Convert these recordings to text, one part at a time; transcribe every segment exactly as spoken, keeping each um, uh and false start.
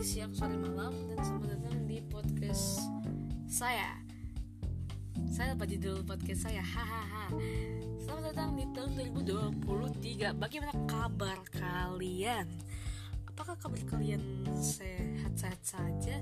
siang, sore, malam, dan selamat datang di podcast saya. Saya lupa judul podcast saya. Hahaha. Selamat datang di tahun dua ribu dua puluh tiga. Bagaimana kabar kalian? Apakah kabar kalian sehat-sehat saja?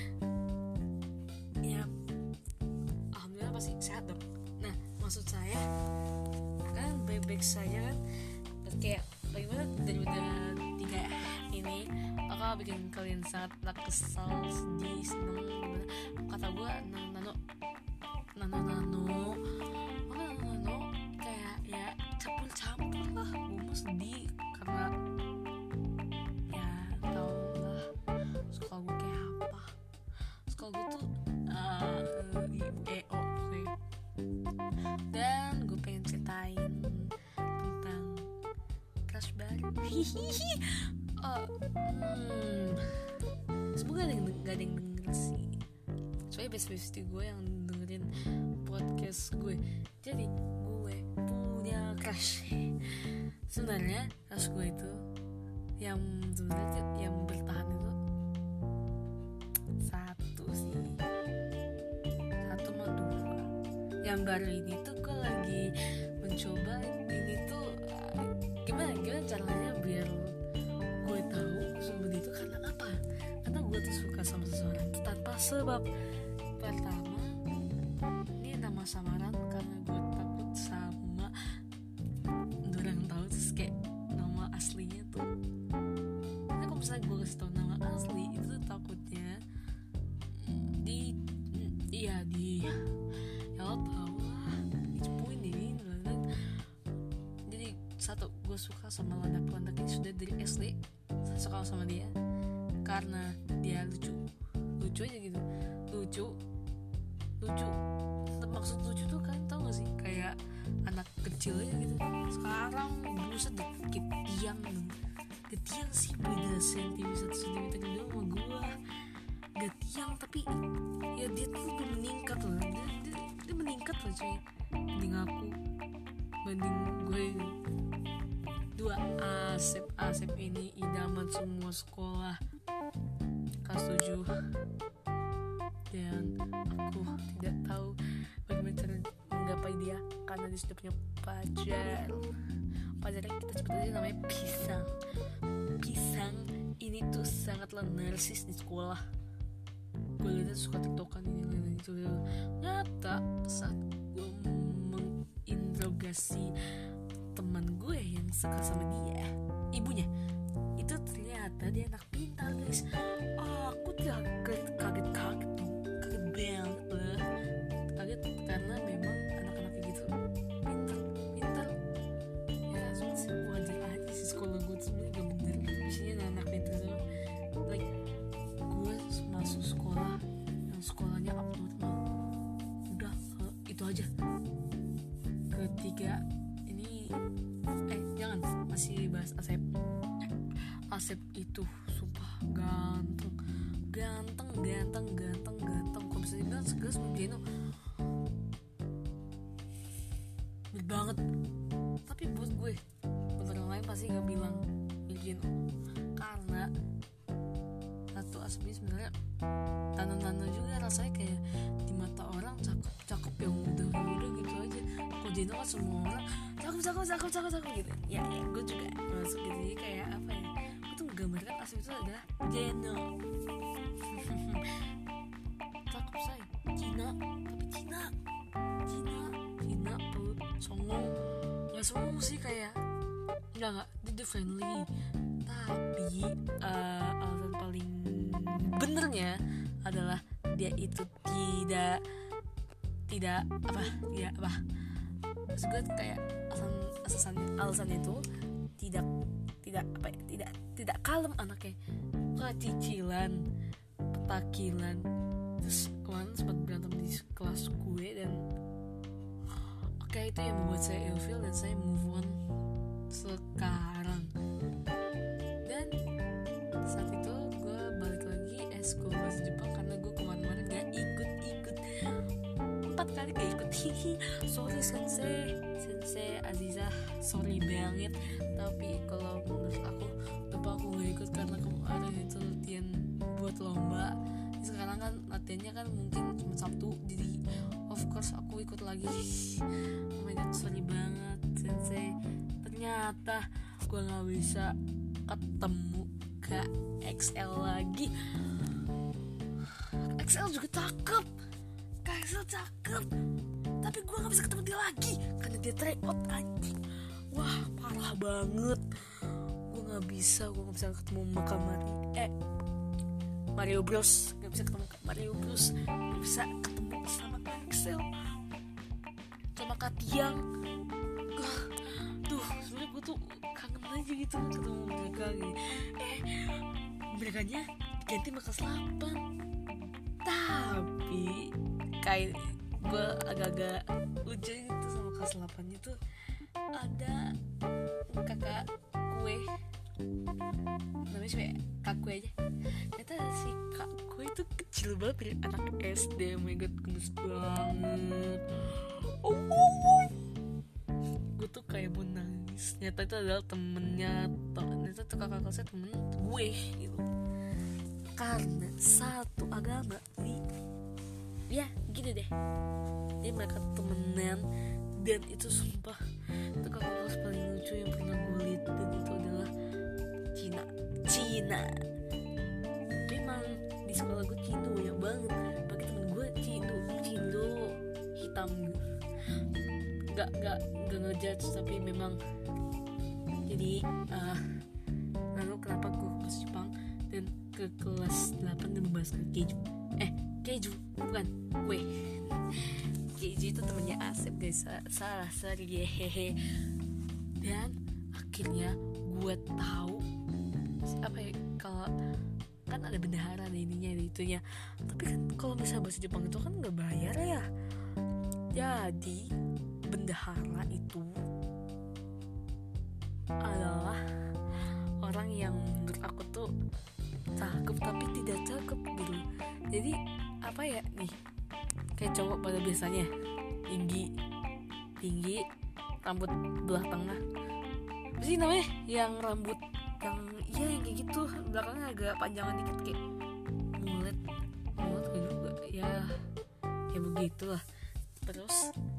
Ya, alhamdulillah pasti sehat dong. Nah, maksud saya kan baik-baik saja kan? Kayak bagaimana daripada tiga ini bakal bikin kalian sangat kesal, sedih, seneng, gimana? Kata gue nano nano nano apa nano nano kayak ya campur-campur lah. Gue mau sedih karena ya tau lah sekolah gue kayak apa. Sekolah gue tuh uh, E O okay. Dan gue pengen ceritain tentang crush baru. Hihihi. Uh, hmm, semoga ada yang, gak ada yang denger sih. Soalnya best-bestie gue yang dengerin podcast gue. Jadi gue punya crush. Sebenarnya crush gue itu yang sebenarnya yang bertahan itu satu sih, satu mah dua. Yang baru ini tuh gue lagi mencoba ini tuh uh, gimana gimana caranya biar gue tahu sama dia itu karena apa? Karena gue tuh suka sama seseorang tuh tanpa sebab. Pertama, ini nama samaran karena gue takut sama orang tahu terus kayak nama aslinya tuh. Karena kalau misalnya gue kasih tau nama asli itu tuh takutnya di iya di ya lo tau lah dicepuin diri. Jadi satu, gue suka sama landak-landak ini sudah dari S D. Saya suka sama dia karena dia lucu lucu aja gitu, lucu lucu maksud lucu tuh kan tau gak sih kayak anak kecil aja gitu. Sekarang buset dikit tiang gak tiang sih, beda sentimeter satu sentimeter doang sama gue. Gak tiang tapi ya dia tuh udah meningkat loh. Dia, dia, dia meningkat loh cuy, banding aku, banding gue. Dua, Asep Asep ini idaman semua sekolah kelas tujuh. Dan aku tidak tahu bagaimana cara menggapai dia karena dia sudah punya pacar. Pacarnya kita sebut aja namanya Pisang. Pisang ini tuh sangatlah narsis di sekolah. Gue lihat suka tiktokan ini lain itu. Nyata saat gue menginterogasi teman gue yang suka sama dia, ibunya, itu ternyata dia anak pintar guys. Oh, aku tuh kaget kaget kaget tuh, kaget banget lah, kaget karena memang anak-anak kayak gitu pintar pintar. Ya sebenarnya wajar aja sih, sekolah gue tuh sebenarnya gak bener. Biasanya anak pintar tuh like gue masuk sekolah yang sekolahnya upload mah udah uh, itu aja. Ketiga eh jangan masih bahas Asep. Asep itu sumpah ganteng ganteng ganteng ganteng ganteng kalau bisa dibilang segelas Mujeno bener banget. Tapi buat gue buat orang lain pasti gak bilang Mujeno karena satu Asep ini sebenarnya tanda-tanda juga rasanya kayak di mata orang cakep cakep yang udah udah gitu aja. Kalau Jeno kan semua orang cakep cakep cakep cakep cakep gitu. Ya ya gue juga masuk gitu. Jadi kayak apa ya, gue tuh menggambarkan Asep itu adalah Jeno. Cakep say Cina, tapi Cina Cina Cina tuh songong. Ya songong sih kayak enggak enggak dia friendly. Tapi uh, alasan paling benernya adalah dia itu tidak tidak apa ya apa maksud gue kayak alasan alasan alasan itu tidak tidak apa ya tidak tidak kalem anaknya, kayak cicilan petakilan. Terus kemarin sempat berantem di kelas gue dan oke okay, itu yang membuat saya ilfeel dan saya move on sekarang. Dan saat itu gue balik lagi eskul bahasa Jepang karena gue kemarin-kemarin gak ikut-ikut empat kali gak ikut. Hihi sorry sensei sensei Sensei Aziza, sorry banget, tapi kalau menurut aku coba aku gak ikut karena kemarin itu latihan buat lomba. Sekarang kan latihannya kan mungkin cuma Sabtu, jadi of course aku ikut lagi. Oh my god, sorry banget Sensei, ternyata gue gak bisa ketemu Kak X L lagi. X L juga cakep, Kak X L cakep, tapi gue gak bisa ketemu dia lagi karena dia try out anjing. Wah parah banget, gue gak bisa, gue gak bisa ketemu sama Mario, eh Mario Bros, gak bisa ketemu Mario Bros, gak bisa ketemu sama Kak X L, sama Kak Tiang. Tuh sebenernya gue tuh kangen aja gitu ketemu mereka gitu. Eh merekanya ganti Makas delapan, tapi kayak gue agak-agak lucu gitu sama kelas delapan itu ada kakak kue, namanya siapa ya? Kak kue aja. Ternyata si kak kue itu kecil banget dari anak S D. Oh my god, gemes banget. Oh, oh, oh. Gue tuh kayak mau nangis. Ternyata itu adalah temennya, ternyata tuh kakak kelasnya temen gue gitu. Karena satu agama nih, ya gitu deh. Jadi mereka temenan, dan itu sumpah itu kakak kelas paling lucu yang pernah gue lihat, dan itu adalah Cina. Cina. Memang di sekolah gue Cindo banyak banget. Bagi temen gue Cindo, Cindo hitam gitu. Gak gak gak ngejudge, tapi memang jadi uh, lalu kenapa gue kelas Jepang dan ke kelas delapan dan membahas ke keju. Eh keju bukan kue. Keju itu temennya Asep guys, salah sorry hehehe. Dan akhirnya gue tahu apa ya, kalau kan ada bendahara ada ininya ada itunya, tapi kan kalau misalnya bahasa Jepang itu kan nggak bayar ya. Jadi bendahara itu adalah orang yang menurut aku tuh cakep tapi tidak cakep gitu. Jadi apa ya nih, kayak cowok pada biasanya tinggi tinggi rambut belah tengah, apa sih namanya yang rambut yang iya yang kayak gitu, belakangnya agak panjangan dikit kayak mulet mulet kayak juga ya ya begitulah. Terus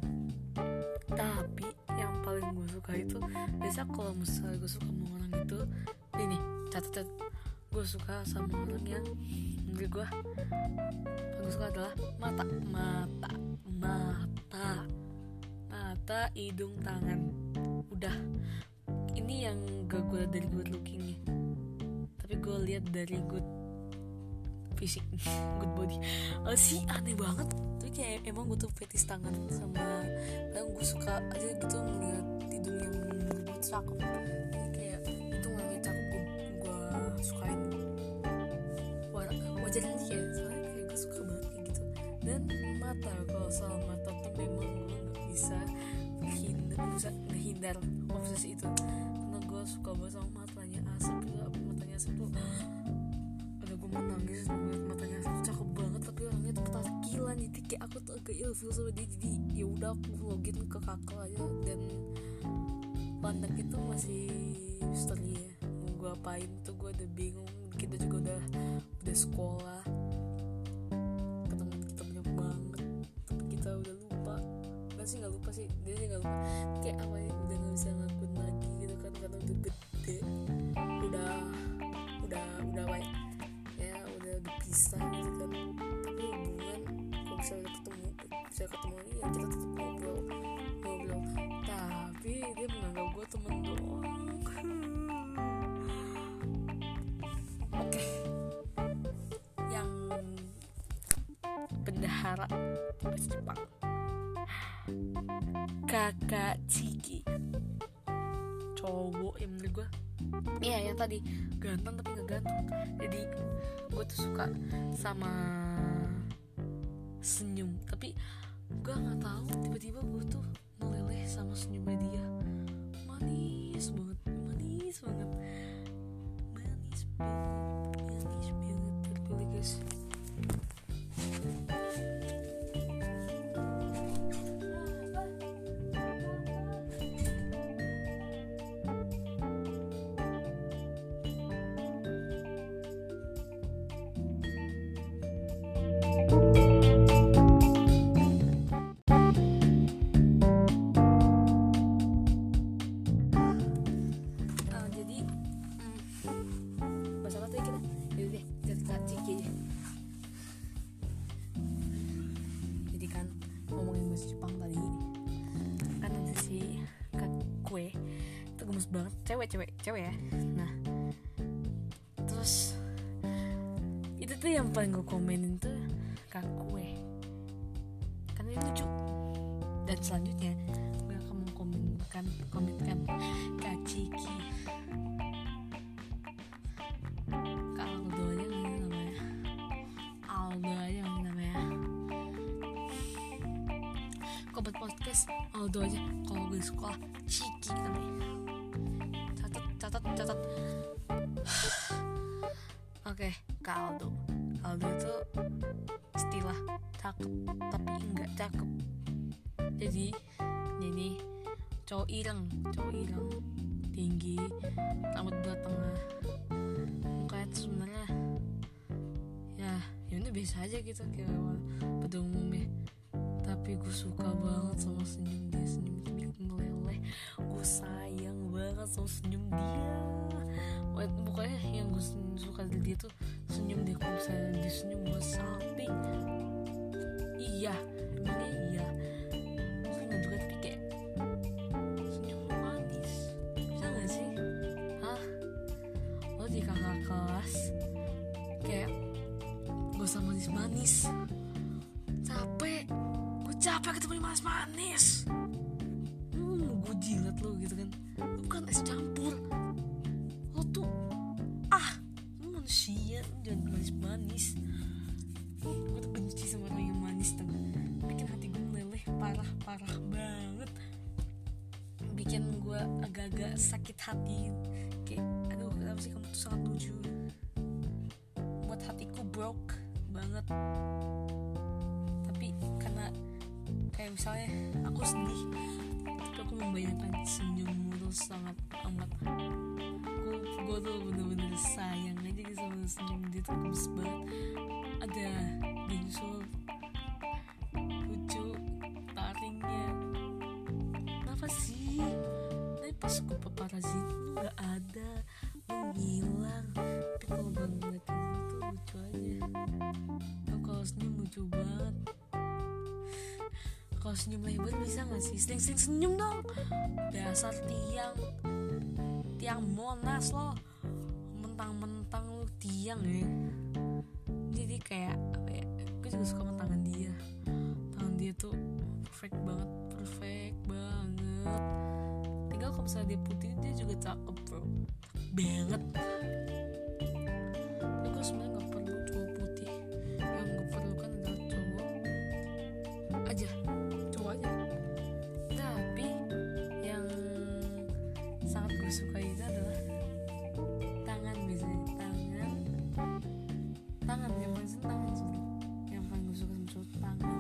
tapi yang paling gue suka itu biasa kalau misalnya gue suka sama orang itu ini catat, gue suka sama orang yang menurut gue gue suka adalah mata mata mata mata hidung tangan. Udah ini yang gak gue lihat dari good looking nih, tapi gue lihat dari good fisik, good body. Uh, sih aneh banget tuh, kayak emang gue tuh fetis tangan sama, dan gue suka aja gitu melihat hidung yang menurut gue cakep. Jadi kayak itu orangnya cakep, gue gue sukain wajahnya dia, soalnya kayak gue suka banget kayak gitu. Dan mata, kalau soal mata tuh memang gue nggak bisa menghindar, bisa menghindar obsesi itu, karena gue suka banget sama matanya Asep juga. Matanya Asep tuh ada gue mau nangis ngeliat matanya Asep tuh cakep banget, tapi orangnya tuh petakilan. Jadi kayak aku tuh agak ilfil sama dia, jadi ya udah aku login ke kakak aja. Dan pandang itu masih misteri ya, mau gue apain tuh gue udah bingung. Kita juga udah udah sekolah, ketemu kita banyak banget, tapi kita udah lupa. Nggak sih nggak lupa sih, dia sih nggak lupa. Kayak apa ya, udah nggak bisa ngelakuin lagi gitu kan, karena udah gede, udah udah udah baik ya, udah dipisah gitu kan. Tapi hubungan kalau misalnya ketemu bisa ketemu lagi ya kita tetap ngobrol ngobrol, tapi dia menganggap gue temen doang. Oke, yang bendahara bahasa Jepang, kakak Ciki, cowok yang menurut gue iya yang tadi ganteng tapi nggak ganteng. Jadi gue tuh suka sama senyum, tapi gue nggak tahu tiba-tiba gue tuh meleleh sama senyumnya dia. Manis banget, manis banget, manis banget, manis banget. Terpilih guys. gemes banget, cewek cewek cewek ya. Nah terus itu tuh yang paling gue komenin tuh kak kue karena itu lucu. Dan selanjutnya gue akan mengkomenkan komenkan kak Ciki, kak Aldo aja nggak sih namanya, Aldo aja nggak sih namanya. Kok buat podcast Aldo aja, kalau gue sekolah Ciki namanya. Catat catat catat. Oke, Kak Aldo. Aldo itu istilah cakep tapi enggak cakep. Jadi jadi cowok ireng, cowok ireng, tinggi, rambut belah tengah. Mukanya tuh sebenarnya ya, ya udah biasa aja gitu kayak pada umumnya. Tapi gue suka banget sama senyum dia, senyum itu bikin meleleh. Gue sayang banget sama senyum dia. Pokoknya yang gue suka dari dia tuh senyum dia. Kalau misalnya dia senyum gue salting. Iya, emangnya iya. Mungkin gak juga tapi kayak senyum manis. Bisa gak sih? Hah? Lo di kakak kelas kayak gak usah manis-manis. Capek. Gue capek ketemu manis-manis. Hmm, gue jilat lo gitu kan. Lo bukan es campur. Lo tuh ah manusia, jangan manis-manis. Gue tuh benci sama orang yang manis tuh. Bikin hati gue meleleh parah-parah banget. Bikin gue agak-agak sakit hati. Kayak aduh kenapa sih kamu tuh sangat lucu. Buat hatiku broke banget. Tapi karena kayak misalnya aku sedih, tapi aku membayangkan senyummu tuh sangat amat. Gue tuh bener-bener sayang aja gitu sama senyum dia tuh gemes banget. Ada bisul lucu taringnya. Kenapa sih? Tapi pas gue paparazi lu gak ada, lu ngilang. Tapi kalau gue ngeliatin lu tuh lucu aja. Lu kalau senyum lucu banget. Kalau senyum lebar bisa gak sih? Sering-sering senyum dong. Dasar tiang Tiang Monas lo. Mentang-mentang lu tiang ya. Jadi kayak apa ya, gue juga suka sama tangan dia. Tangan dia tuh perfect banget. Perfect banget. Tinggal kalau misalnya dia putih, dia juga cakep bro. Cakep banget. Tapi gue sebenernya gak perlu cowok putih. Yang gue perlukan adalah cowok aja, cowok aja. Tapi yang sangat gue suka itu adalah tangan biasanya. Tangan Tangan yang paling seneng tangan sih. Yang paling gue suka sama cowok tangan.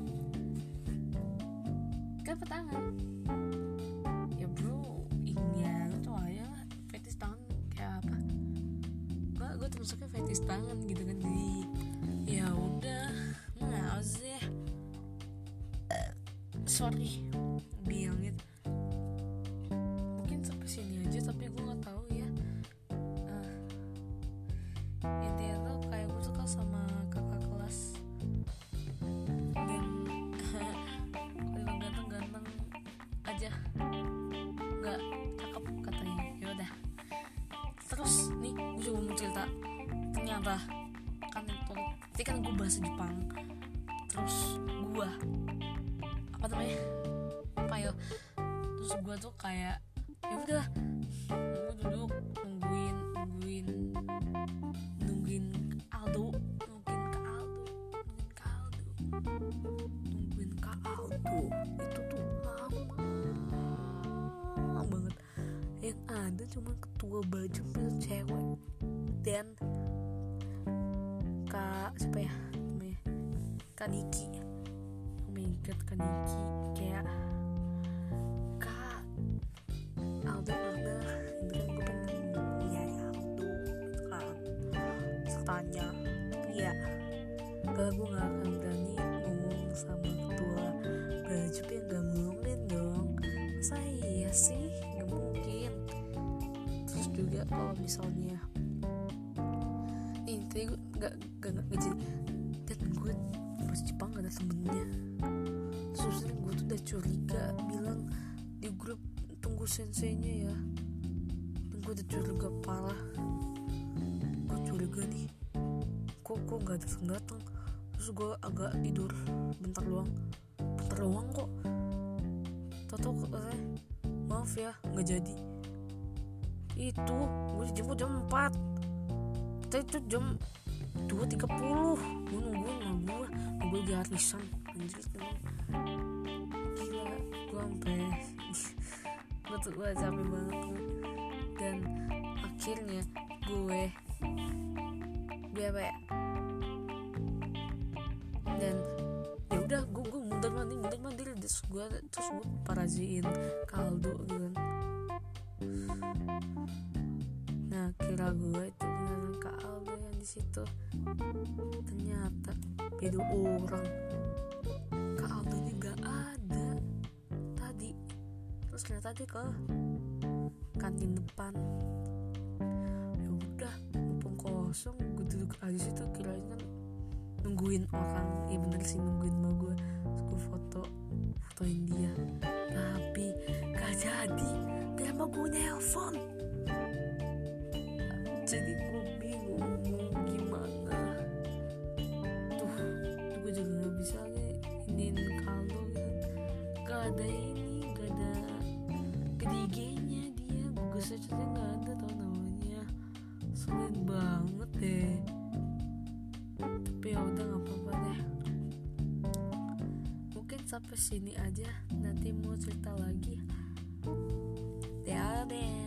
Kenapa tangan? Ya bro, ini ya lo tau aja lah fetis tangan kayak apa. Gue gue termasuknya fetis tangan gitu kan. Jadi ya udah mau sih. Sorry bilang gitu. Mungkin sampai sini aja, tapi gue nggak tahu ya. Nah, intinya tuh kayak gue suka sama kakak kelas. Dan kalau ganteng-ganteng aja, nggak cakep katanya. Ya udah. Terus nih gue juga mau cerita. Ternyata kan tadi kan gue bahasa Jepang. Terus gue apa namanya apa ya terus gue tuh kayak ya udah gue duduk nungguin nungguin nungguin Aldo nungguin Kak Aldo nungguin Kak Aldo nungguin Kak Aldo itu tuh lama banget. Yang ada cuma ketua baju pil cewek dan Kak siapa ya namanya, Kak Niki. Ingat kan Niki kayak Kak Aldo mana, itu kan gue pengen nyari Aldo gitu kan. Terus tanya iya, kalau gue gak akan berani ngomong sama ketua baju yang gak mungkin dong. Masa iya sih, gak mungkin. Terus juga kalau misalnya nih tadi gue gak gak gak ngejadi dan gue bahasa Jepang gak ada temennya. Terus gue tuh udah curiga, bilang di grup tunggu senseinya ya. gue udah curiga parah. Gue curiga nih, kok kok nggak datang datang. Terus gue agak tidur bentar doang, bentar doang kok. Tau-tau katanya, maaf ya nggak jadi. Itu gue dijemput jam empat, tapi itu jam dua tiga puluh. Gue nungguin sama gue, gue lagi arisan anjir temen. Gila, gue sampai gue tuh gue capek banget gue. Dan akhirnya gue gue apa ya dan ya udah gue gue mundur mandir mundur mandir terus gue terus gue paraziin kaldu gitu kan. Nah kira gue itu beneran kaldu yang di situ, ternyata beda orang. Kaldunya gak ada tadi. Terus ternyata dia ke kantin depan. Ya udah mumpung kosong gue duduk aja situ, kirain kan nungguin orang. Ya bener sih nungguin sama gue. Terus gue foto fotoin dia, tapi gak jadi. Dia mau gue nelfon. Jadi gue bingung mau gimana. Tuh, tuh gue juga gak bisa nih iniin kaldu gitu. Gak ada ini, gak ada di I G-nya dia. Gue search aja gak ada tau namanya. Sulit banget deh. Tapi ya udah nggak apa-apa deh. Mungkin sampai sini aja. Nanti mau cerita lagi. Dadah.